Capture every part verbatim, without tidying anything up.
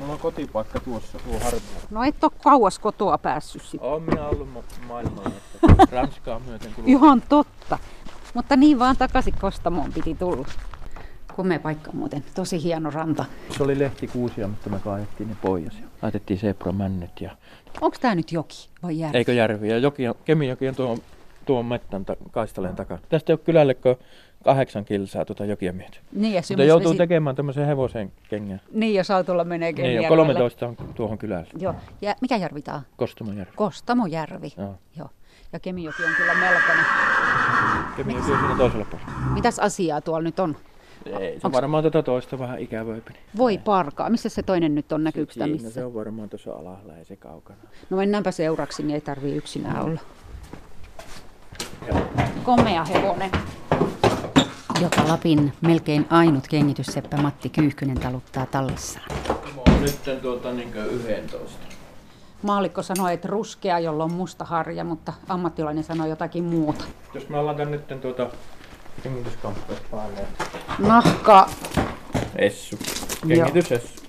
Mulla on kotipaikka tuossa, tuo Harmia. No et oo kauas kotoa päässyt sitten. Oon minä ollut ma- maailmalla, että Ranskaa myöten kuluu. Ihan totta. Mutta niin vaan takaisin Kostamoon piti tulla. Komea paikka muuten, tosi hieno ranta. Se oli lehtikuusia, mutta me kaadettiin ne pois ja laitettiin sepramännit. Ja... Onko tää nyt joki vai järvi? Eikö järvi? Ja joki, Kemijoki on tuon, tuon mettän ta- kaistaleen takana. Tästä ei ole kylälle kuin kahdeksan kilsaa tuota jokia myöten. Niin, ja Mutta joutuu vesi... tekemään tämmöisen hevosen kengän. Niin, jos autolla menee Niin, ja kolmetoista on tuohon kylälle. Joo. Ja mikä järvi tää on? Kostamojärvi. Kostamojärvi. Joo. Joo. Ja Kemijoki on kyllä melkoinen. Kemijoki on siinä toisella puolella. Mitäs asiaa tuolla nyt on? Ei, se Onks... varmaan tätä toista vähän ikävöipi. Voi parkaa. Missä se toinen nyt on? Näkyykö sitä missä? Se on varmaan tuossa alhaalla, ei se kaukana. No mennäänpä seuraksi, niin ei tarvii yksinään olla. Joo. Komea hevonen. Joka Lapin melkein ainut kengitysseppä Matti Kyyhkynen taluttaa tallessaan. Mä oon nyt tuota niin yksitoista. Maallikko sanoi, että ruskea, jolla on musta harja, mutta ammattilainen sanoi jotakin muuta. Jos mä laitan nyt tuota kengityskamppeet päälle. Nahka. Essu. Kengitysessu.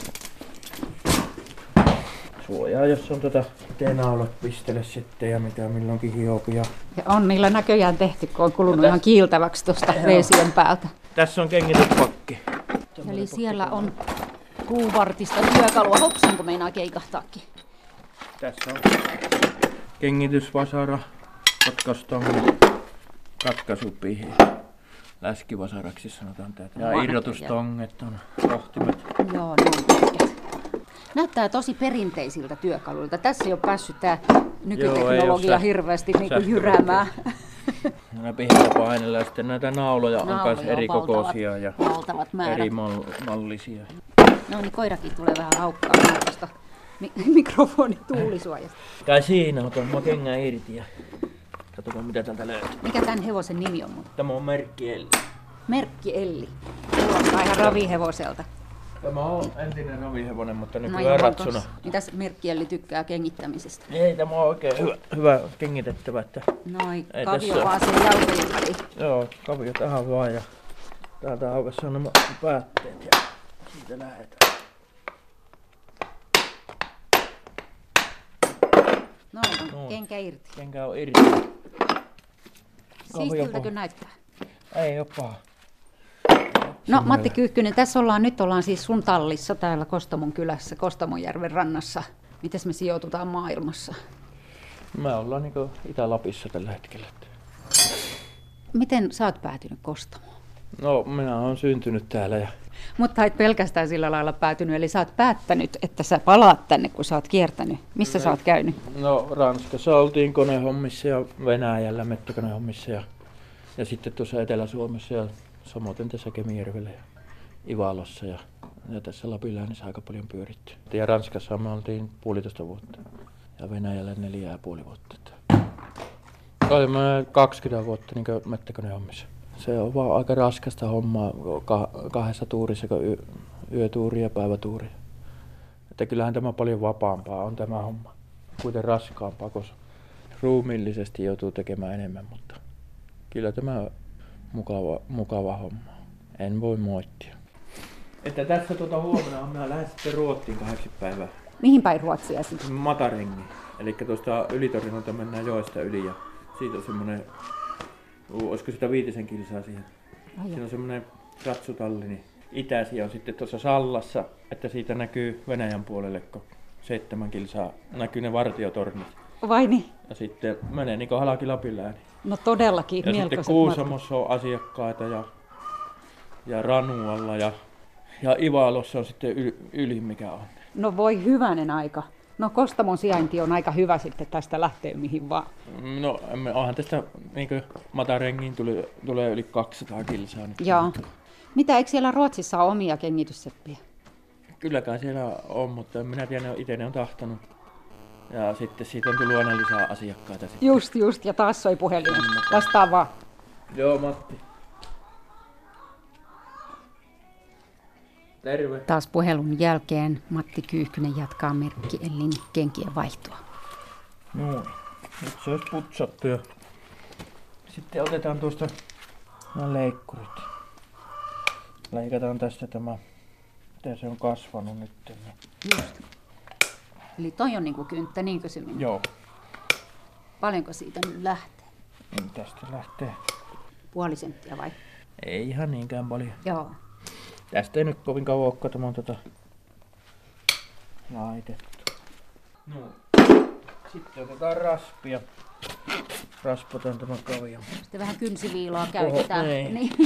Suojaa, jos on tota tenaulat pistele sitten ja mitä milloinkin hiopia. Ja on niillä näköjään tehty, kun on kulunut ihan kiiltäväksi tuosta reisien päältä. Tässä on kengityspakki. Eli siellä on puuvartista työkalua. Hopsan, kun meinaa keikahtaakin. Tässä on kengitysvasara, katkaustongi, katkaisupihi. Läskivasaraksi sanotaan tätä. Ja irrotustonget on rohtimet. Joo, ne on pitkät. Näyttää tosi perinteisiltä työkaluilta. Tässä ei ole päässyt tämä nykyteknologia Joo, hirveästi niinku jyräämään. Nämä pihillä painella ja sitten näitä nauloja, nauloja on myös eri valtavat, kokoisia ja valtavat eri mal- mallisia. No niin, koirakin tulee vähän haukkaa tuosta mi- mikrofonin tuulisuojasta. Tai siinä otan mä kengän irti ja katsotaan mitä täältä löytyy. Mikä tämän hevosen nimi on? Tämä on Merkki Elli. Merkki Elli. Kuulostaa ihan ravihevoselta. Tämä on entinen ravihevonen, mutta nykyään no ratsuna. Mitäs Merkki Elli tykkää kengittämisestä? Ei, tämä on oikein hyvä, hyvä kengitettävä. Että Noi, ei kavio tässä... vaan sen jalkojen väliin. Joo, kavio tähän vaan ja täältä aukassa on nämä päätteet ja siitä lähdetään. Noin, no, kenkä irti. Kenkä on irti. Siistiltäkö näyttää? Ei oo paha. No Matti Kyyhkynen, tässä ollaan nyt ollaan siis sun tallissa täällä Kostamon kylässä, Kostamonjärven rannassa. Mites me sijoitutaan maailmassa? Me ollaan niinku Itä-Lapissa tällä hetkellä. Miten sä oot päätynyt Kostamoon? No minä olen syntynyt täällä. Ja... Mutta et pelkästään sillä lailla päätynyt, eli sä oot päättänyt, että sä palaat tänne, kun sä oot kiertänyt. Missä no, sä oot käynyt? No Ranskassa oltiin konehommissa ja Venäjällä metsäkonehommissa ja, ja sitten tuossa Etelä-Suomessa ja samoin tässä Kemijärvellä ja Ivalossa ja, ja tässä Lapinläänissä aika paljon pyöritty. Ja Ranskassa me oltiin puolitoista vuotta ja Venäjällä neljä ja puoli vuotta. Olimme kaksikymmentä vuotta niin metsäkonehommissa. Se on vaan aika raskasta hommaa kahdessa tuurissa, kun yö, yötuuri ja päivätuuri. Että kyllähän tämä paljon vapaampaa on tämä homma. Kuiten raskaampaa, koska ruumiillisesti joutuu tekemään enemmän, mutta kyllä tämä mukava, mukava homma. En voi moittia. Että tässä tuota huomenna minä lähden sitten Ruotsiin kahdeksi päivää. Mihin päin Ruotsia sitten? Matarengi. Eli tuosta Ylitorinolta mennään joesta yli ja siitä on semmoinen, olisiko sitä viitisen kilsaa siihen. Ai siinä on semmoinen ratsutalli, niin itäisiä on sitten tuossa Sallassa, että siitä näkyy Venäjän puolelle, kun seitsemän kilsaa näkyy ne vartiotornit. Vai niin? Ja sitten menee niin kuin halki Lapinlääni. No todellakin. Ja sitten Kuusamossa on asiakkaita ja, ja Ranualla ja, ja Ivalossa on sitten yl, ylin mikä on. No voi hyvänen aika. No Kostamon sijainti on aika hyvä sitten tästä lähtee mihin vaan. No onhan tästä niin Matarengiin tulee, tulee yli kaksisataa kilsaa nyt. Joo. Mitä, eikö siellä Ruotsissa ole omia kengitysseppiä? Kylläkään siellä on, mutta en minä tiedä, itse ne on tahtonut. Ja sitten siitä on tullut aina lisää asiakkaita. Sitten. Just, just, ja taas soi puhelin. Vastaa vaan. Joo, Matti. Terve. Taas puhelun jälkeen Matti Kyyhkynen jatkaa Merkki Ellin kenkien vaihtoa. Noin. Nyt se olisi putsattu ja sitten otetaan tuosta nämä leikkurit. Leikataan tästä tämä Miten se on kasvanut nyt. Niin. Just. Eli toi on niinku kynttä, niinkö se minun? Joo. Paljonko siitä nyt lähtee? Niin tästä lähtee. Puoli senttiä vai? Ei ihan niinkään paljon. Joo. Tästä ei nyt kovin kauan ole, kun tämä on tota laitettu. No. Sitten otetaan raspia. Raspotaan tämä kavio. Sitten vähän kynsiviilaa käytetään. Oho, niin. Niin.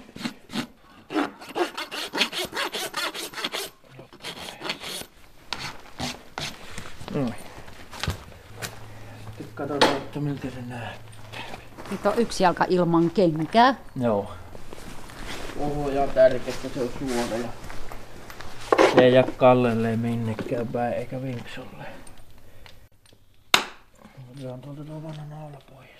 Noin. Sitten katsotaan, että miltä se näyttää. Nyt on yksi jalka ilman kenkää. Joo. Oho, ja tärkeää se on suora ja se ei jää kallelle minnekään päin eikä vinksolle. Otetaan tuolta tuo vanha naula pois.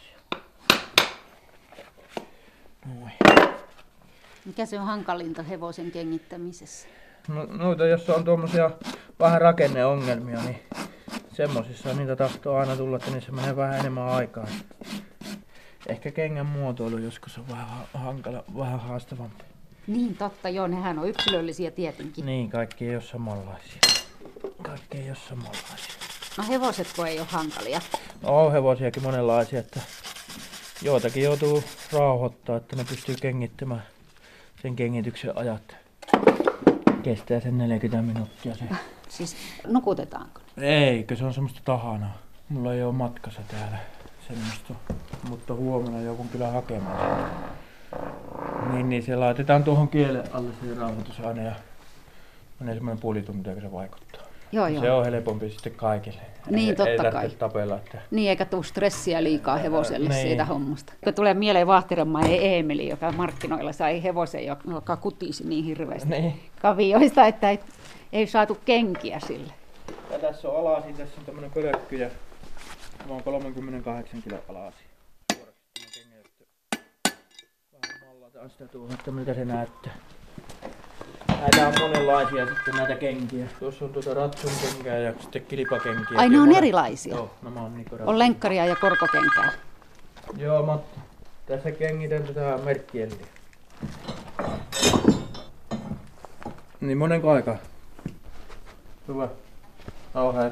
Noin. Mikä se on hankalinta hevosen kengittämisessä? No, noita, jos on tuommoisia vähän rakenneongelmia, niin semmosissa niitä tahtoo aina tulla, että niissä menee vähän enemmän aikaa. Ehkä kengän muotoilu joskus on vähän hankala, vähän haastavampi. Niin totta, joo, nehän on yksilöllisiä tietenkin. Niin, kaikki ei ole samanlaisia. Kaikki ei ole samanlaisia. No hevosetko ei ole hankalia? No, on hevosiakin monenlaisia, että joitakin joutuu rauhoittaa, että ne pystyy kengittämään sen kengityksen ajat. Kestää sen neljäkymmentä minuuttia se. Siis nukutetaanko ne? Eikö, se on semmoista tahanaa. Mulla ei ole matkassa täällä semmoista, mutta huomenna joudun kyllä hakemaan. Niin, niin se laitetaan tuohon kielen alle se rauhoitusaine ja menee semmoinen puoli tuntia, kun se vaikuttaa. Joo, joo. Se on helpompi sitten kaikille. Niin, ei, totta ei kai. Tapella, että... Niin, eikä tule stressiä liikaa hevoselle niin. siitä hommasta. Kun tulee mieleen Vaahteranmäen Eemeli, joka markkinoilla sai hevosen, joka kutisi niin hirveästi niin. kavioista, että ei, ei saatu kenkiä sille. Ja tässä on alasi, tässä on tämmönen pölkky ja tämä on kolmekymmentäkahdeksan kilon alasi. Vähän mallataan sitä tuohon, että miltä se näyttää. Näitä on monenlaisia sitten näitä kenkiä. Tuossa on tuota ratsun kenkää ja sitten kilpakenkiä. Ai ne on erilaisia? Joo, nämä on niinku On lenkkaria ja korkokenkää. Joo, mä tässä kengitän tätä merkkieliä. Niin monenko aikaa? Hyvä. Kauheet.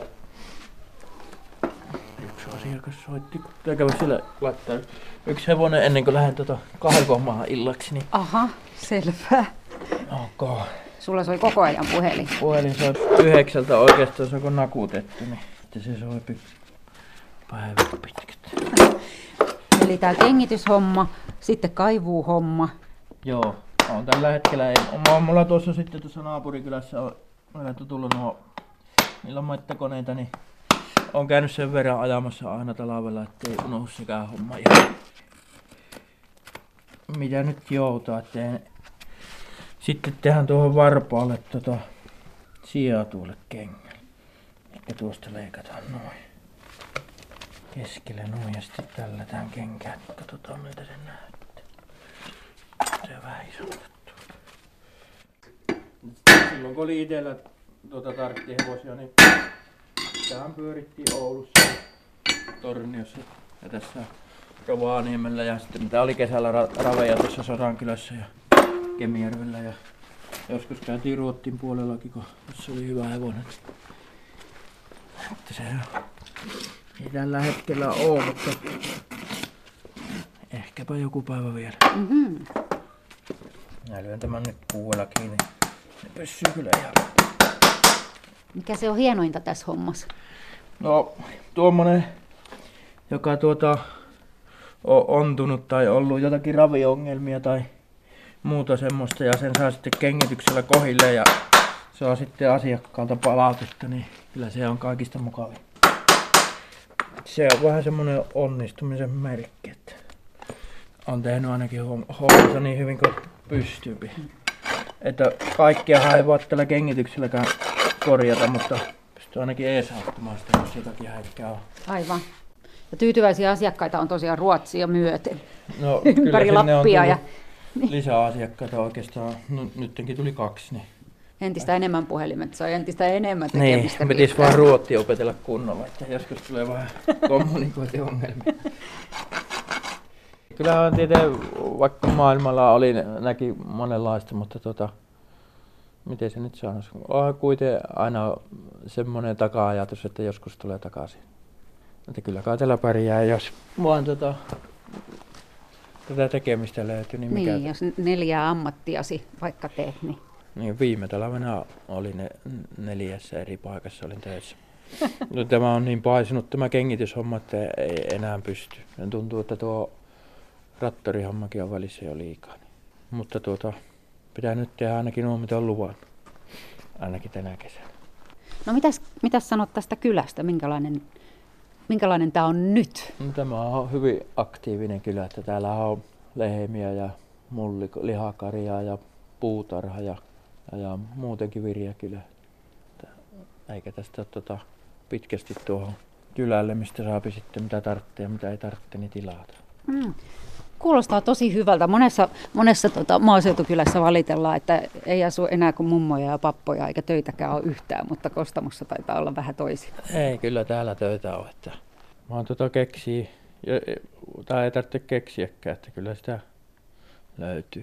Yksi asiakas soitti, kun kävi sille laittaa yksi hevonen ennen kuin lähden tota kaivamaan illaksi. Niin... Aha, selvä. Okay. Sulla soi koko ajan puhelin. Puhelin soi yhdeksältä oikeastaan, se on nakutettu, niin sitten se soi päivät pitkät. Eli tää kengityshomma, sitten kaivuuhomma. Joo, on tällä hetkellä. Ei. On mulla tuossa sitten tuossa naapurikylässä on alettu tullut nuo, niillä on maittakoneita, niin on käynyt sen verran ajamassa aina talvella, ettei unohdu sekään homma. Ja mitä nyt joutaa, ettei... Sitten tehdään tuohon varpaalle tota sijaa tuolle kengälle. Ehkä tuosta leikataan noin. Keskelle noin ja sitten tällätään kenkää. Katsotaan miltä se näyttää. Se on vähän isompi. Silloin kun oli itellä tuota tarkkihevosia, niin tähän pyörittiin Oulussa, Torniossa ja tässä Rovaniemellä ja sitten mitä oli kesällä ra- raveja tuossa Sodankylässä ja Kemijärvellä ja joskus käytiin Ruottin puolellakin, kun se oli hyvä hevonen. Mutta se ei tällä hetkellä ole, mutta ehkäpä joku päivä vielä. Mm-hmm. Mä lyön tämän nyt puuella kiinni. Ne pysyy kyllä ihan. Mikä se on hienointa tässä hommassa? No tuommoinen, joka tuota on ontunut tai ollut jotakin raviongelmia tai muuta semmoista ja sen saa sitten kengityksellä kohille ja saa sitten asiakkaalta palautetta, niin kyllä se on kaikista mukavin. Se on vähän semmoinen onnistumisen merkki, että on tehnyt ainakin hommansa niin hyvin kuin pystyy. Että kaikkia ei voi tällä kengitykselläkään korjata, mutta pystyy ainakin eesauttamaan sitä, jos jotakin häikkää on. Aivan. Ja tyytyväisiä asiakkaita on tosiaan Ruotsia myöten. No, ympäri Lappia. Ja... lisää asiakkaita oikeastaan. No, nyttenkin tuli kaksi. Niin. Entistä enemmän puhelimet, se on entistä enemmän tekemistä. Niin, pitäisi vaan ruottia opetella kunnolla, että joskus tulee vähän kommunikointiongelmia. Kyllähän tietenkin, vaikka maailmalla oli, näki monenlaista, mutta tota, miten se nyt sanoisi, on kuitenkin aina semmoinen taka-ajatus, että joskus tulee takaisin. Että kyllä kai tällä pärjää, jos vaan tota, tätä tekemistä löytyy. Niin, mikä niin jos neljä ammattiasi vaikka teet, niin... Niin viime talvena oli ne neljässä eri paikassa olin töissä. No, tämä on niin paisunut tämä kengityshomma, että ei enää pysty. Ja tuntuu, että tuo traktorihommakin on välissä jo liikaa. Niin. Mutta tuota, pitää nyt tehdä ainakin nuo, mitä on luvannut. Ainakin tänä kesänä. No mitäs, mitäs sanot tästä kylästä? Minkälainen, minkälainen tämä on nyt? No, tämä on hyvin aktiivinen kylä, että täällä on lehmiä ja mulliko, lihakarjaa ja puutarha ja, ja muutenkin virjä kylä. Eikä tästä ole tuota, pitkästi tuohon kylälle, mistä saapi sitten mitä tarvitsee ja mitä ei tarvitse, niin tilata. Mm. Kuulostaa tosi hyvältä. Monessa, monessa tota, maaseutukylässä valitellaan, että ei asu enää kuin mummoja ja pappoja, eikä töitäkään ole yhtään, mutta Kostamossa taitaa olla vähän toisin. Ei, kyllä täällä töitä on. Että vaan tuota keksii, tai ei tarvitse keksiäkään, että kyllä sitä löytyy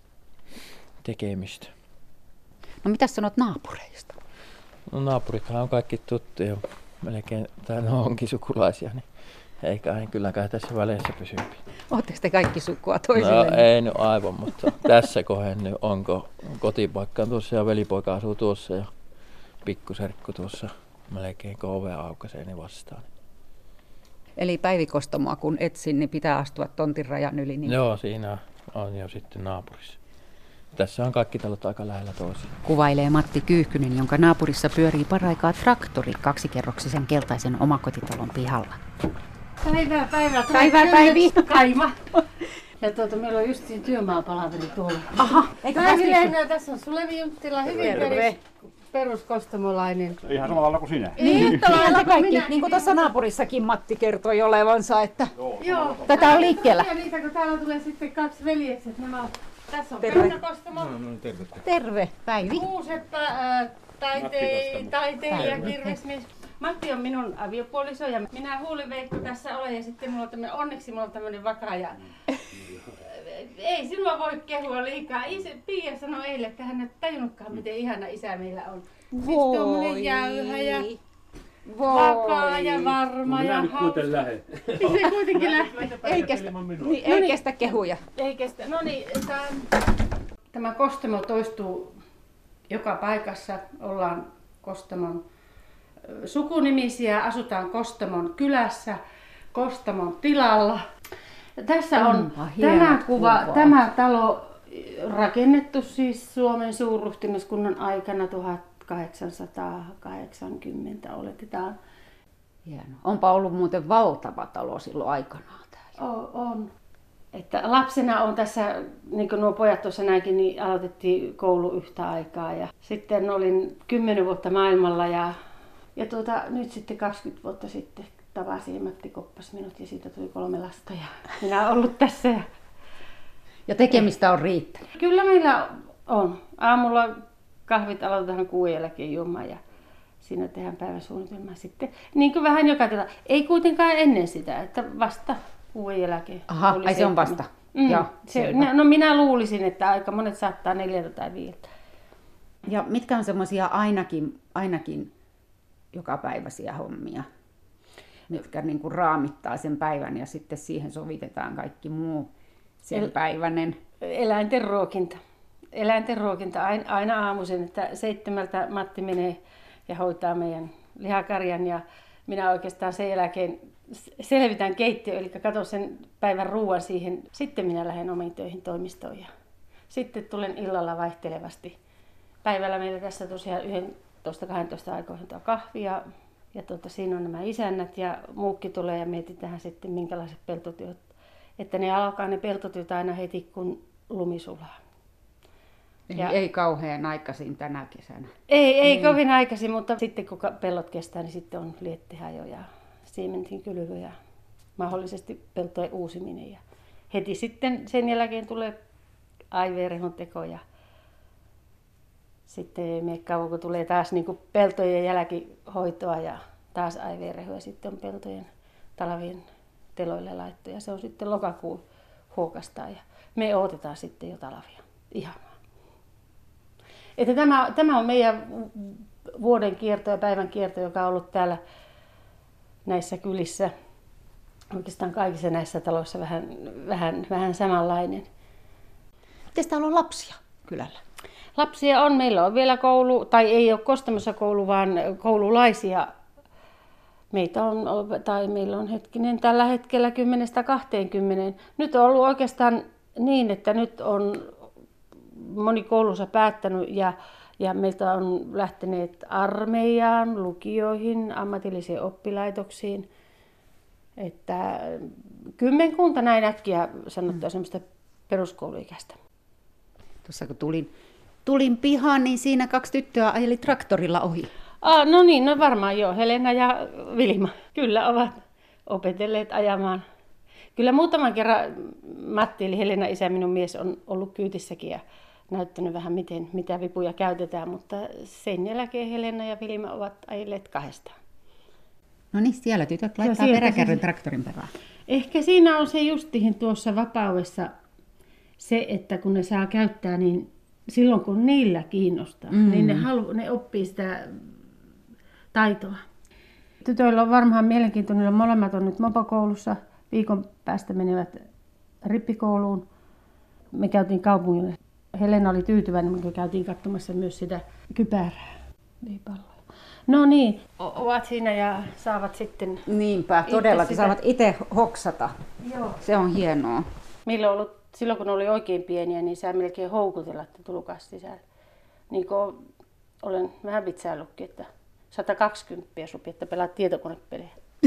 tekemistä. No mitä sanot naapureista? No naapurithan on kaikki tuttuja, melkein, tai no onkin sukulaisia, niin eikä ei kylläkään tässä välissä pysympi. Oletteko te kaikki sukua toisille? No ei nyt aivan, mutta tässä kohden nyt onko kotipaikka tuossa ja velipoika asuu tuossa ja pikkuserkku tuossa melkein kun ove aukaisee niin vastaan. Eli Päivi-Kostamoa kun etsin, niin pitää astua tontin rajan yli? Niin... Joo, siinä on jo sitten naapurissa. Tässä on kaikki talot aika lähellä toisiaan. Kuvailee Matti Kyyhkynen, jonka naapurissa pyörii paraikaa traktori kaksikerroksisen keltaisen omakotitalon pihalla. Päivää, päivää. Päivää, Päivi. Kaima. Ja tuota, meillä on just siinä työmaapalaveri tuolla. Aha, eikö Päivi tästä... Leena, tässä on Sulevi Junttila, hyvin perus, peruskostamolainen. Ihan samalla lailla kuin sinä. Niin, yhtä lailla kuin kaikki, minä. niin kuin tuossa naapurissakin Matti kertoi olevansa, että Joo. tätä on liikkeellä. Ja niitä, kun täällä tulee sitten kaksi veljekset, nämä on, tässä on Terve. Pekka-Kostamo, Terve, Päivi. Kuuseppa, ää, taite- taiteilija, kirvesmies. Matti on minun aviopuoliso ja minä Huuli-Veikko tässä olen ja sitten mulla on tämmönen, onneksi mulla on tämmöinen vakaa ja ei sinua voi kehua liikaa. Isä, Pia sanoi eilen, että hän ei tajunnutkaan miten ihana isä meillä on. Siis tommonen jäyhä ja vakaa ja varma ja hauska. Se kuitenkin lähtee. Ei kestä, niin, ei kestä kehuja. Ei kestä. No niin, tämä, tämä Kostamo toistuu joka paikassa. Ollaan Kostamon sukunimisiä, asutaan Kostamon kylässä, Kostamon tilalla. Tässä on Onpa hieno tämä kuva, kuva. tämä talo rakennettu siis Suomen suurruhtinaskunnan aikana tuhatkahdeksansataakahdeksankymmentä oletetaan. Hieno. Onpa ollut muuten valtava talo silloin aikanaan täällä. On. on. Että lapsena on tässä, niin kuin nuo pojat tuossa näinkin, niin aloitettiin koulu yhtä aikaa. Ja sitten olin kymmenen vuotta maailmalla ja, ja tuota, nyt sitten kaksikymmentä vuotta sitten tavasin ja Matti koppasi minut ja siitä tuli kolme lasta ja minä olen ollut tässä. Ja... Ja tekemistä on riittänyt. Kyllä meillä on. Aamulla kahvit aloitetaan kuuden jälkeen juomaan ja siinä tehdään päivän suunnitelmaa sitten. Niin kuin vähän joka tila. Ei kuitenkaan ennen sitä, että vasta kuuden jälkeen. Aha, ai se on vasta. Mm. Joo, se, no minä luulisin, että aika monet saattaa neljältä tai viiltä. Ja mitkä on semmoisia ainakin, ainakin jokapäiväisiä hommia, mitkä niin kuin raamittaa sen päivän ja sitten siihen sovitetaan kaikki muu sen El- päiväinen. Eläinten ruokinta. Eläinten ruokinta aina, aina aamuisin, että seitsemältä Matti menee ja hoitaa meidän lihakarjan ja minä oikeastaan sen jälkeen selvitän keittiö, eli katson sen päivän ruoan siihen. Sitten minä lähden omiin töihin toimistoon ja sitten tulen illalla vaihtelevasti. Päivällä meillä tässä tosiaan yksitoista kaksitoista aikoihin tuo kahvi ja, ja tuota, siinä on nämä isännät ja muukki tulee ja mietitään sitten minkälaiset peltotyöt. Että ne alkaa ne peltotyöt aina heti kun lumi sulaa. Ja ei kauhean aikaisin tänä kesänä. Ei, ei niin. Kovin aikaisin, mutta sitten kun pellot kestää, niin sitten on liettihajo ja siementin kylvö ja mahdollisesti peltojen uusiminen. Ja heti sitten sen jälkeen tulee aiveerehon teko ja sitten ei mene kauan, kun tulee taas niin kuin peltojen jälkihoitoa ja taas aiveerehua ja sitten on peltojen talvien teloille laitto ja se on sitten lokakuun huokastaa ja me odotetaan sitten jo talvia. Ihanaa. Että tämä, tämä on meidän vuoden kierto ja päivän kierto, joka on ollut täällä näissä kylissä. Oikeastaan kaikissa näissä taloissa vähän, vähän, vähän samanlainen. Miten täällä on lapsia kylällä? Lapsia on. Meillä on vielä koulu, tai ei ole Kostamossa koulu, vaan koululaisia. Meitä on, tai meillä on hetkinen tällä hetkellä kymmenestä kahteenkymmeneen. Nyt on ollut oikeastaan niin, että nyt on moni koulunsa päättänyt ja, ja meiltä on lähteneet armeijaan, lukioihin, ammatillisiin oppilaitoksiin. Että kymmenkunta näin äkkiä sanottua mm. semmoista peruskouluikäistä. Tuossa kun tulin, tulin pihaan, niin siinä kaksi tyttöä ajeli traktorilla ohi. Ah, no niin, no varmaan joo. Helena ja Vilma kyllä ovat opetelleet ajamaan. Kyllä muutaman kerran Matti, eli Helena isä, minun mies, on ollut kyytissäkin ja näyttänyt vähän, miten, mitä vipuja käytetään, mutta sen jälkeen Helena ja Vilma ovat ajelleet kahdestaan. No niin, siellä tytöt laittaa peräkärryn traktorin perään. Ehkä siinä on se justihin tuossa vapaudessa se, että kun ne saa käyttää, niin silloin kun niillä kiinnostaa, mm. niin ne, halu, ne oppii sitä taitoa. Tytöillä on varmaan mielenkiintoinen, molemmat on nyt mopokoulussa, viikon päästä menevät rippikouluun. Me käytiin kaupungille. Helena oli tyytyväinen, kun käytiin katsomassa myös sitä kypärää. No niin, o- ovat siinä ja saavat sitten... Niinpä, todellakin sitä... saavat itse hoksata. Joo. Se on hienoa. Meillä on ollut, silloin kun oli oikein pieniä, niin saa melkein houkutella, että tulkaa sisään. Niin kuin olen vähän vitsaillutkin, että sata kaksikymmentä sopi, että pelaat tietokonepelejä.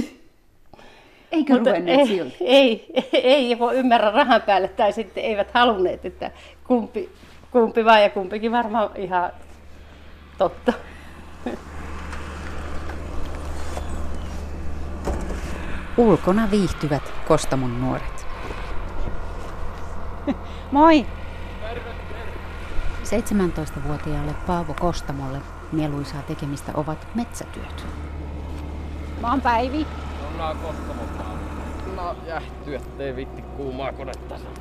Eikö ruvenneet siltä? Ei, ei, ei voi ymmärrä rahan päälle tai sitten eivät halunneet, että kumpi, kumpi vaan ja kumpikin varmaan ihan totta. Ulkona viihtyvät Kostamon nuoret. Moi! seitsemäntoistavuotiaalle Paavo Kostamolle mieluisaa tekemistä ovat metsätyöt. Mä oon Päivi. No nää Kostamon Paavo. No jähtyy, ettei vitti kuumaa konetta saa.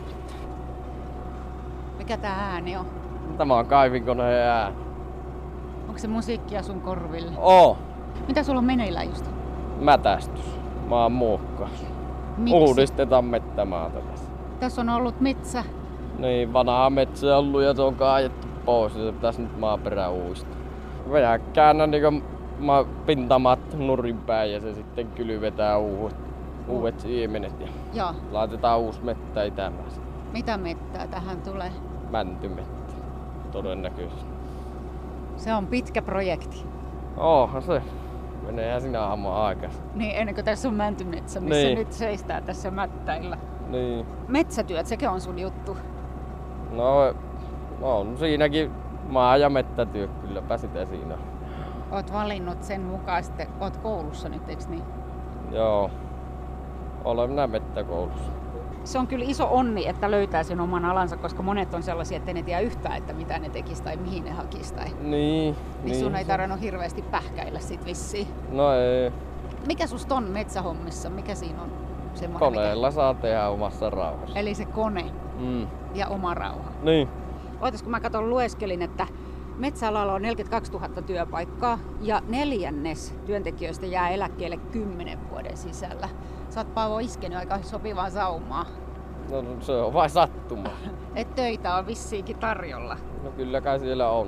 Mikä tää ääni on? Tämä on kaivinkoneen ääni. Onko se musiikkia sun korville? Oo. Mitä sulla on meneillään just? Mätästys. Maan muokkaus. Uudistetaan mettämaata tässä. Tässä on ollut metsä. Niin, vanhaa metsä on ollut ja se on kaajettu pois ja se pitäisi nyt maaperä uudistaa. Vähän käännä niinku ma- pintamat nurin päin ja se sitten kylvetään uudet, uudet siemenet ja Joo. laitetaan uusi mettä itämään. Mitä mettää tähän tulee? Mäntymettä, todennäköisesti. Se on pitkä projekti. Oohan se. Meneehän sinä aamuun aikaisin. Niin, ennen kuin tässä on mäntymetsä, missä niin. nyt seistää tässä mättäillä. Niin. Metsätyöt, sekin on sun juttu. No, on siinäkin maa- ja mettätyö, kylläpä sitä siinä. Oot valinnut sen mukaan, sitten oot koulussa nyt, eikö niin? Joo, olen minä mettäkoulussa. Se on kyllä iso onni, että löytää sen oman alansa, koska monet on sellaisia, että ne tiedä yhtään, että mitä ne tekis tai mihin ne hakis. Tai... Niin, niin. niin. Sun ei tarvinnut hirveästi pähkäillä sit vissiin. No ei. Mikä susta on metsähommissa? Mikä siinä on semmoinen? Koneella mikä... saa tehdä omassa rauhassa. Eli se kone mm. ja oma rauha. Niin. Ootas, kun mä katon lueskelin, että metsäalalla on neljäkymmentäkaksituhatta työpaikkaa ja neljännes työntekijöistä jää eläkkeelle kymmenen vuoden sisällä. Sä oot, Paavo, iskenyt aika sopivaa saumaa. No se on vain sattuma. Et töitä on vissiinkin tarjolla. No kyllä kai siellä on.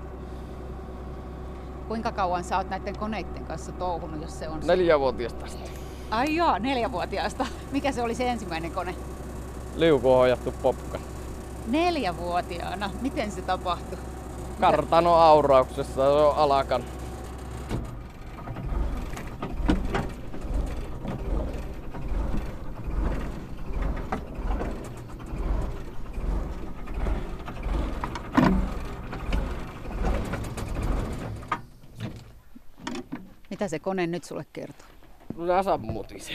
Kuinka kauan sä oot näiden koneiden kanssa touhunut, jos se on... Neljävuotiaasta asti. Ai joo, neljävuotiaasta. Mikä se oli se ensimmäinen kone? Liukuohjattu popka. Neljävuotiaana? Miten se tapahtui? Kartano aurauksessa, se on alakan. Mitä se kone nyt sulle kertoo? No nää sammutisi.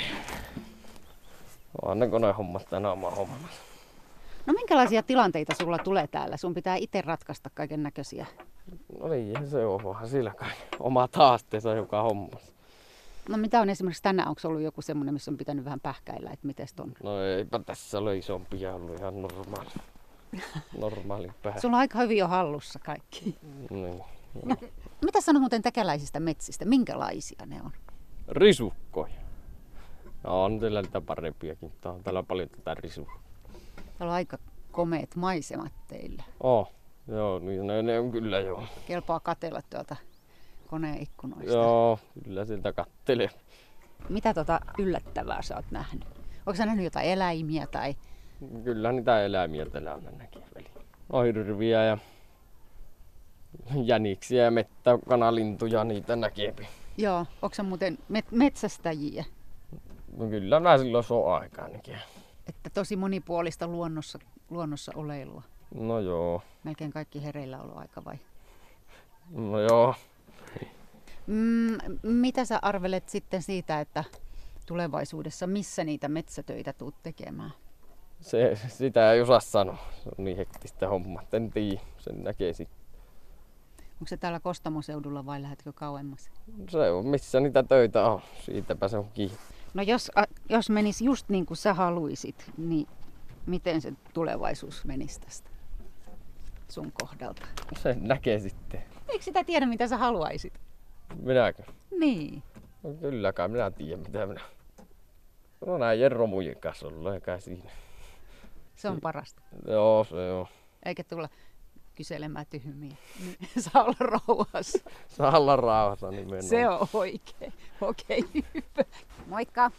On ne konehommat tänä oma hommassa. No minkälaisia tilanteita sulla tulee täällä? Sun pitää itse ratkaista kaiken näköisiä. No niin, se on vaan sillä kai. Omat haasteensa joka hommassa. No mitä on esimerkiksi tänään? Onko ollut joku semmoinen, missä on pitänyt vähän pähkäillä, että miten on? No eipä tässä ole isompia ollut ihan normaali. normaalin päähän. Sulla on aika hyvin jo hallussa kaikki. Niin. Mitä sanot muuten täkäläisistä metsistä? Minkälaisia ne on? Risukkoja. No, on teillä niitä parempiakin. Tää on täällä paljon tätä risua. Täällä on aika komeet maisemat teillä. Oh, joo, niin ne, ne on kyllä joo. Kelpaa katsella tuolta koneen ikkunoista. Joo, kyllä sieltä kattelee. Mitä tota yllättävää sä oot nähnyt? Onko sä nähnyt jotain eläimiä tai... Kyllä niitä eläimiä täällä aina näkee väliin. Ohirviä ja jäniksiä ja mettäkanalintuja, niitä näkee. Joo, onko sä muuten met- metsästäjiä? No kyllä mä silloin soo aikaa näkee. Että tosi monipuolista luonnossa, luonnossa oleilua. No joo. Melkein kaikki hereilläoloaika vai? No joo. Mm, mitä sä arvelet sitten siitä, että tulevaisuudessa missä niitä metsätöitä tuut tekemään? Se, sitä ei osaa sanoa. Se on niin hektistä homma. En tiedä. Sen näkee sitten. Onko se täällä Kostamoseudulla vai lähdetkö kauemmas? Se on missä niitä töitä on. Siitäpä se on kiinni. No jos, a, jos menisi just niin kuin sä haluisit, niin miten se tulevaisuus menisi tästä sun kohdalta? Sen näkee sitten. Eikö sitä tiedä, mitä sä haluaisit? Minäkö? Niin. No kylläkään minä tiedän mitä minä. No näin romujen kanssa ollut eikä siinä. Se on parasta. Joo, se on. Eikä tulla kyselemään tyhmiä. Niin saa olla rauhassa. Saa olla rauhassa nimenomaan. Se on oikein. Okei, hyvä. Moikka.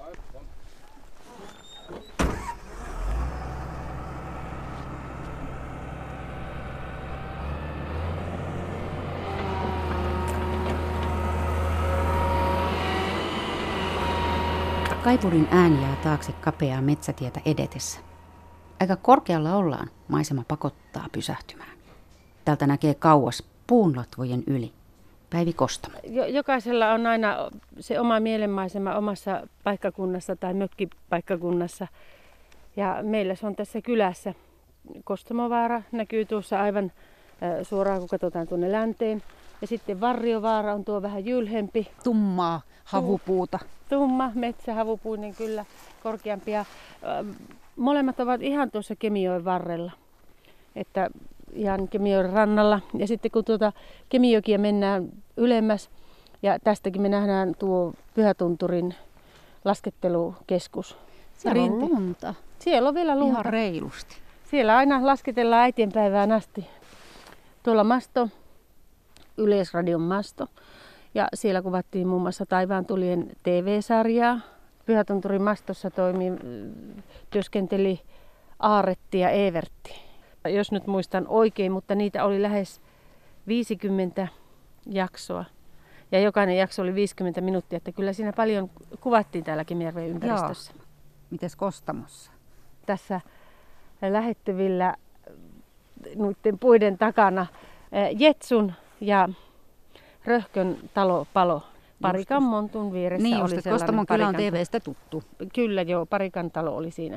Kaivurin ääni jää taakse kapeaa metsätietä edetessä. Aika korkealla ollaan, maisema pakottaa pysähtymään. Täältä näkee kauas puunlatvojen yli. Päivi Kostamo. Jokaisella on aina se oma mielenmaisema omassa paikkakunnassa tai mökkipaikkakunnassa. Ja meillä se on tässä kylässä. Kostamovaara näkyy tuossa aivan suoraan, kun katsotaan tuonne länteen. Ja sitten Varriovaara on tuo vähän jylhempi. Tummaa havupuuta. Tumma, metsähavupuinen kyllä, korkeampia. Molemmat ovat ihan tuossa Kemijoen varrella. Että ihan Kemijoen rannalla. Ja sitten kun tuota Kemijokia mennään ylemmäs, ja tästäkin me nähdään tuo Pyhätunturin laskettelukeskus. Siellä on lunta. Siellä on vielä lunta. Ihan reilusti. Siellä aina lasketellaan äitienpäivään asti. Tuolla masto, Yleisradion masto. Ja siellä kuvattiin muun muassa Taivaan tulien T V-sarjaa. Pyhätunturin mastossa toimi, työskenteli Aaretti ja Evertti. Jos nyt muistan oikein, mutta niitä oli lähes viisikymmentä jaksoa. Ja jokainen jakso oli viisikymmentä minuuttia, että kyllä siinä paljon kuvattiin täällä Kemijärven ympäristössä. Joo. Mites Kostamossa? Tässä lähettyvillä noiden puiden takana Jetsun ja Röhkön talo palo. Parikan montun vieressä niin oli just, sellainen. Kostamon kylä on Parikan... T V:stä tuttu. Kyllä joo, Parikan talo oli siinä.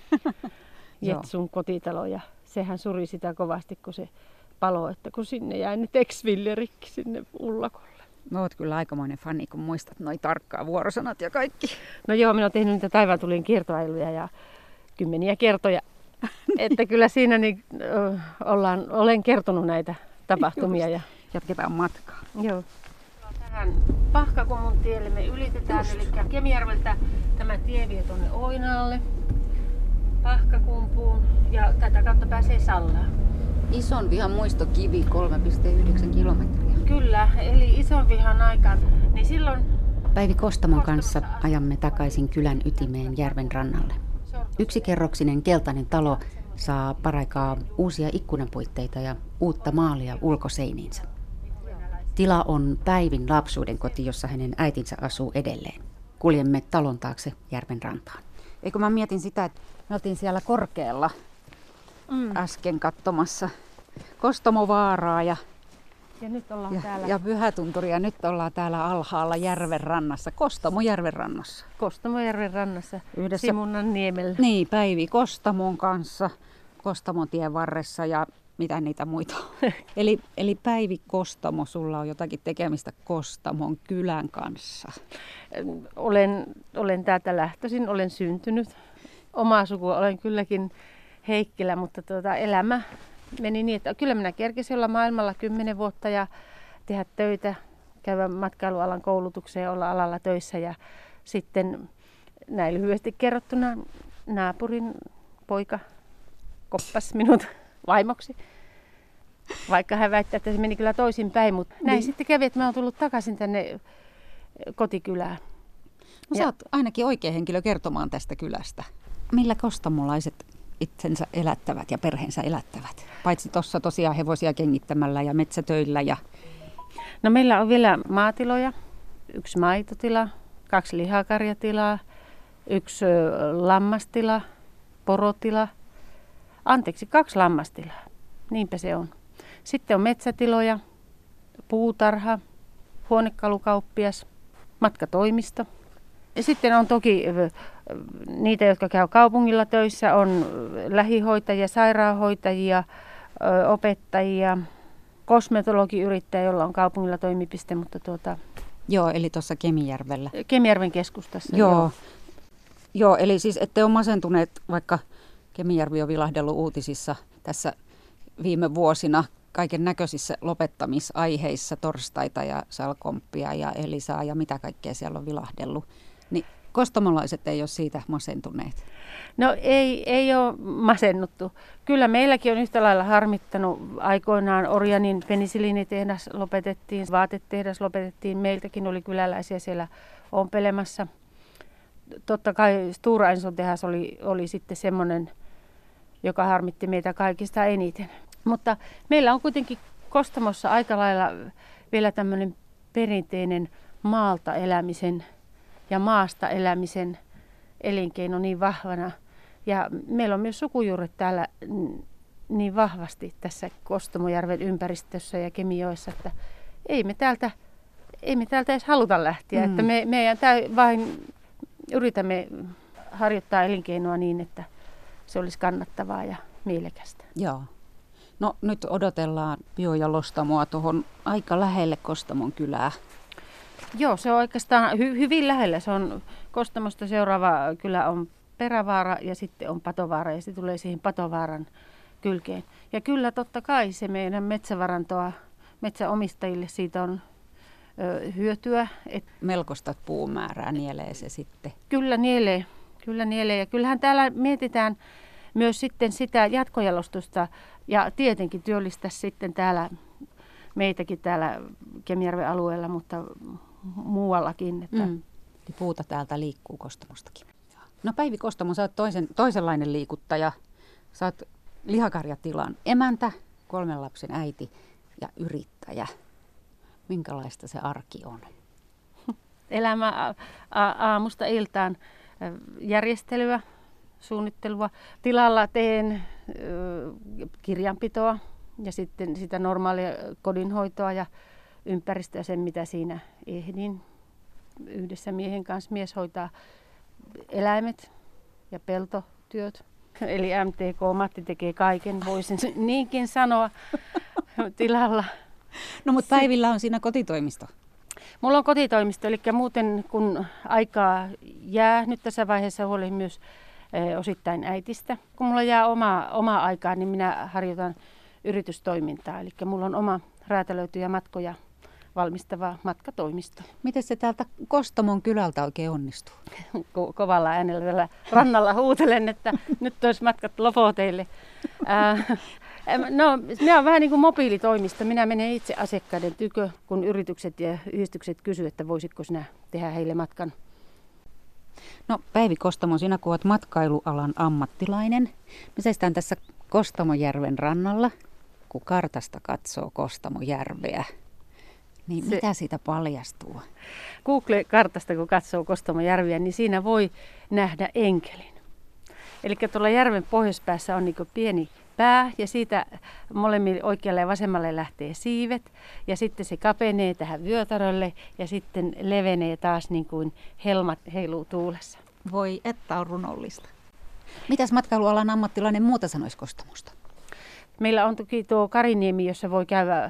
Jetsun kotitalo ja sehän suri sitä kovasti, kun se palo, että kun sinne jäi ne teksvillerikki sinne ullakolle. No oot kyllä aikamoinen fani, kun muistat noi tarkkaa vuorosanat ja kaikki. No joo, minä olen tehnyt niitä Taivaan tulien kiertoailuja ja kymmeniä kertoja. Että kyllä siinä niin, ö, ollaan, olen kertonut näitä tapahtumia. Ja... Jatketaan matkaa. Joo. Tähän Pahkakummun tielle me ylitetään, just. Eli Kemijärveltä tämä tie vie tuonne Oinaalle, Pahkakumpuun ja tätä kautta pääsee Sallaan. Isonvihan muistokivi kolme pilkku yhdeksän kilometriä. Kyllä, eli Isonvihan aikaan. Niin silloin... Päivi Kostamon kanssa ajamme takaisin kylän ytimeen järven rannalle. Yksikerroksinen keltainen talo saa paraikaa uusia ikkunanpuitteita ja uutta maalia ulkoseiniinsä. Tila on Päivin lapsuuden koti, jossa hänen äitinsä asuu edelleen. Kuljemme talon taakse järven rantaan. Eikö mä mietin sitä, että me oltiin siellä korkealla mm. äsken katsomassa Kostamovaaraa ja, ja, nyt ollaan ja, täällä. ja Pyhätunturia. Nyt ollaan täällä alhaalla järven rannassa, Kostamojärven rannassa. Kostamojärven rannassa, yhdessä Simunnan niemellä. Niin, Päivi Kostamon kanssa, Kostamotien varressa ja mitä niitä muita on. eli, eli Päivi Kostamo, sulla on jotakin tekemistä Kostamon kylän kanssa. Olen, olen täältä lähtöisin, olen syntynyt. Omaa sukua olen kylläkin Heikkilä, mutta tuota, elämä meni niin, että kyllä minä kerkesin olla maailmalla kymmenen vuotta ja tehdä töitä, käydä matkailualan koulutukseen ja olla alalla töissä. Ja sitten näin lyhyesti kerrottuna naapurin poika koppasi minut vaimoksi. Vaikka hän väittää, että se meni kyllä toisinpäin, mutta näin niin sitten kävi, että mä oon tullut takaisin tänne kotikylään. No, sä oot ainakin oikea henkilö kertomaan tästä kylästä. Millä kostamolaiset itsensä elättävät ja perheensä elättävät? Paitsi tuossa tosiaan hevosia kengittämällä ja metsätöillä. Ja... No meillä on vielä maatiloja, yksi maitotila, kaksi lihakarjatilaa, yksi lammastila, porotila. Anteeksi, kaksi lammastilaa. Niinpä se on. Sitten on metsätiloja, puutarha, huonekalukauppias, matkatoimisto. Ja sitten on toki niitä, jotka käy kaupungilla töissä, on lähihoitajia, sairaanhoitajia, opettajia, kosmetologiyrittäjä, jolla on kaupungilla toimipiste, mutta tuota... Joo, eli tuossa Kemijärvellä. Kemijärven keskustassa. Joo. Joo. Joo, eli siis ette ole masentuneet, vaikka Kemijärvi on vilahdellut uutisissa tässä viime vuosina kaiken näköisissä lopettamisaiheissa, torstaita ja salkomppia ja Elisaa ja mitä kaikkea siellä on vilahdellut. Niin kostamolaiset ei ole siitä masentuneet. No ei, ei ole masennuttu. Kyllä meilläkin on yhtä lailla harmittanut. Aikoinaan Orjanin penisiliinitehdas lopetettiin, vaatetehdas lopetettiin. Meiltäkin oli kyläläisiä siellä ompelemassa. Totta kai Stora Enson tehdas oli, oli sitten semmoinen, joka harmitti meitä kaikista eniten. Mutta meillä on kuitenkin Kostamossa aika lailla vielä tämmöinen perinteinen maalta elämisen ja maasta elämisen elinkeino niin vahvana. Ja meillä on myös sukujuuret täällä niin vahvasti tässä Kostamojärven ympäristössä ja Kemijoessa, että ei me täältä, ei me täältä edes haluta lähteä. Mm. Että me, meidän täy, vain yritämme harjoittaa elinkeinoa niin, että se olisi kannattavaa ja mielekästä. Joo. No nyt odotellaan biojalostamoa tuohon aika lähelle Kostamon kylää. Joo, se on oikeastaan hy- hyvin lähellä. Se on Kostamosta seuraava kylä on Perävaara ja sitten on Patovaara ja se tulee siihen Patovaaran kylkeen. Ja kyllä totta kai se meidän metsävarantoa metsäomistajille siitä on ö, hyötyä. Et melkoista puumäärää nielee se sitten. Kyllä nielee, kyllä nielee. Ja kyllähän täällä mietitään myös sitten sitä jatkojalostusta ja tietenkin työllistä sitten täällä meitäkin täällä Kemijärven alueella, mutta muuallakin. Että mm. Puuta täältä liikkuu Kostamostakin. No Päivi Kostamo, sä oot toisen, toisenlainen liikuttaja. Sä oot lihakarjatilan emäntä, kolmen lapsen äiti ja yrittäjä. Minkälaista se arki on? Elämä a- a- aamusta iltaan, järjestelyä, suunnittelua. Tilalla teen ö, kirjanpitoa ja sitten sitä normaalia kodinhoitoa ja ympäristöä, sen mitä siinä ehdin. Yhdessä miehen kanssa mies hoitaa eläimet ja peltotyöt. Eli M T K Matti tekee kaiken, voisin niinkin sanoa tilalla. No mutta Päivillä on siinä kotitoimisto. Mulla on kotitoimisto, eli muuten kun aikaa jää, nyt tässä vaiheessa huolin myös e, osittain äitistä. Kun mulla jää omaa, omaa aikaa, niin minä harjoitan yritystoimintaa, eli mulla on oma räätälöityjä matkoja valmistava matkatoimisto. Miten se täältä Kostamon kylältä oikein onnistuu? Ko- kovalla äänellä tällä rannalla huutelen, että nyt olisi matkat lopoteille. Äh, no, minä olen vähän niin kuin mobiilitoimisto. Minä menen itse asiakkaiden tykö, kun yritykset ja yhdistykset kysyvät, että voisitko sinä tehdä heille matkan. No Päivi Kostamo, sinä kun olet matkailualan ammattilainen. Me seistään tässä Kostamojärven rannalla, kun kartasta katsoo Kostamojärveä. Niin se, mitä siitä paljastuu? Google-kartasta, kun katsoo Kostamojärviä, niin siinä voi nähdä enkelin. Eli tuolla järven pohjoispäässä on niin kuin pieni pää ja siitä molemmille oikealle ja vasemmalle lähtee siivet. Ja sitten se kapenee tähän vyötärölle ja sitten levenee taas niin kuin helmat heiluu tuulessa. Voi että on runollista. Mitäs matkailualan ammattilainen muuta sanoisi Kostamosta? Meillä on toki tuo Kariniemi, jossa voi käydä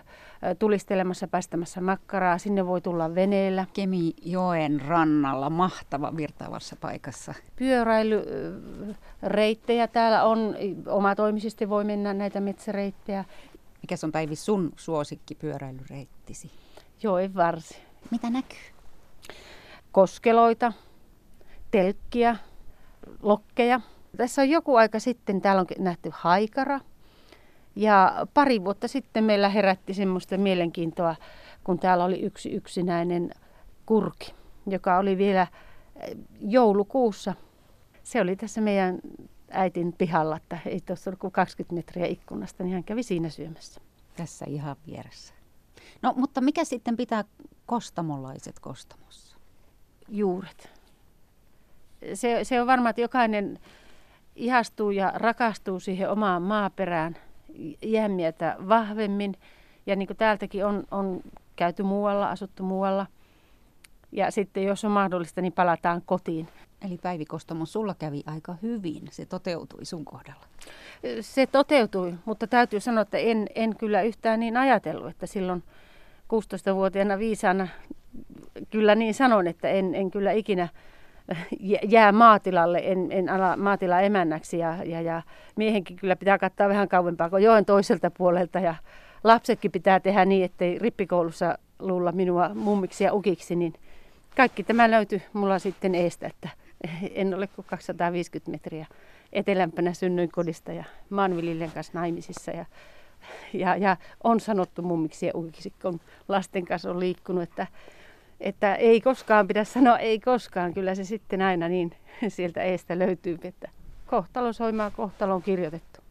tulistelemassa, päästämässä makkaraa. Sinne voi tulla veneellä. Kemijoen rannalla, mahtava virtaavassa paikassa. Pyöräilyreittejä täällä on. Omatoimisesti voi mennä näitä metsäreittejä. Mikäs on Päivi sun suosikki pyöräilyreittisi? Joen varsi. Mitä näkyy? Koskeloita, telkkiä, lokkeja. Tässä on joku aika sitten, täällä on nähty haikara. Ja pari vuotta sitten meillä herätti semmoista mielenkiintoa, kun täällä oli yksi yksinäinen kurki, joka oli vielä joulukuussa. Se oli tässä meidän äitin pihalla, että ei tuossa ollut kuin kaksikymmentä metriä ikkunasta, niin hän kävi siinä syömässä. Tässä ihan vieressä. No, mutta mikä sitten pitää kostamolaiset Kostamossa? Juuret. Se, se on varma, että jokainen ihastuu ja rakastuu siihen omaan maaperään jäämietä vahvemmin. Ja niin kuin täältäkin on, on käyty muualla, asuttu muualla. Ja sitten jos on mahdollista, niin palataan kotiin. Eli Päivi Kostamo, sulla kävi aika hyvin. Se toteutui sun kohdalla. Se toteutui, mutta täytyy sanoa, että en, en kyllä yhtään niin ajatellut, että silloin kuusitoistavuotiaana viisaana kyllä niin sanon, että en, en kyllä ikinä jää maatilalle, en, en ala maatila emännäksi ja, ja, ja miehenkin kyllä pitää katsoa vähän kauempaa kuin joen toiselta puolelta ja lapsetkin pitää tehdä niin, ettei rippikoulussa luulla minua mummiksi ja ukiksi, niin kaikki tämä löytyi mulla sitten eestä, että en ole kuin kaksisataaviisikymmentä metriä etelämpänä synnyin kodista ja maanviljelijän kanssa naimisissa ja, ja, ja on sanottu mummiksi ja ukiksi, kun lasten kanssa on liikkunut, että Että ei koskaan pidä sanoa, ei koskaan. Kyllä se sitten aina niin sieltä eestä löytyy, että kohtalo soimaa, kohtalo on kirjoitettu.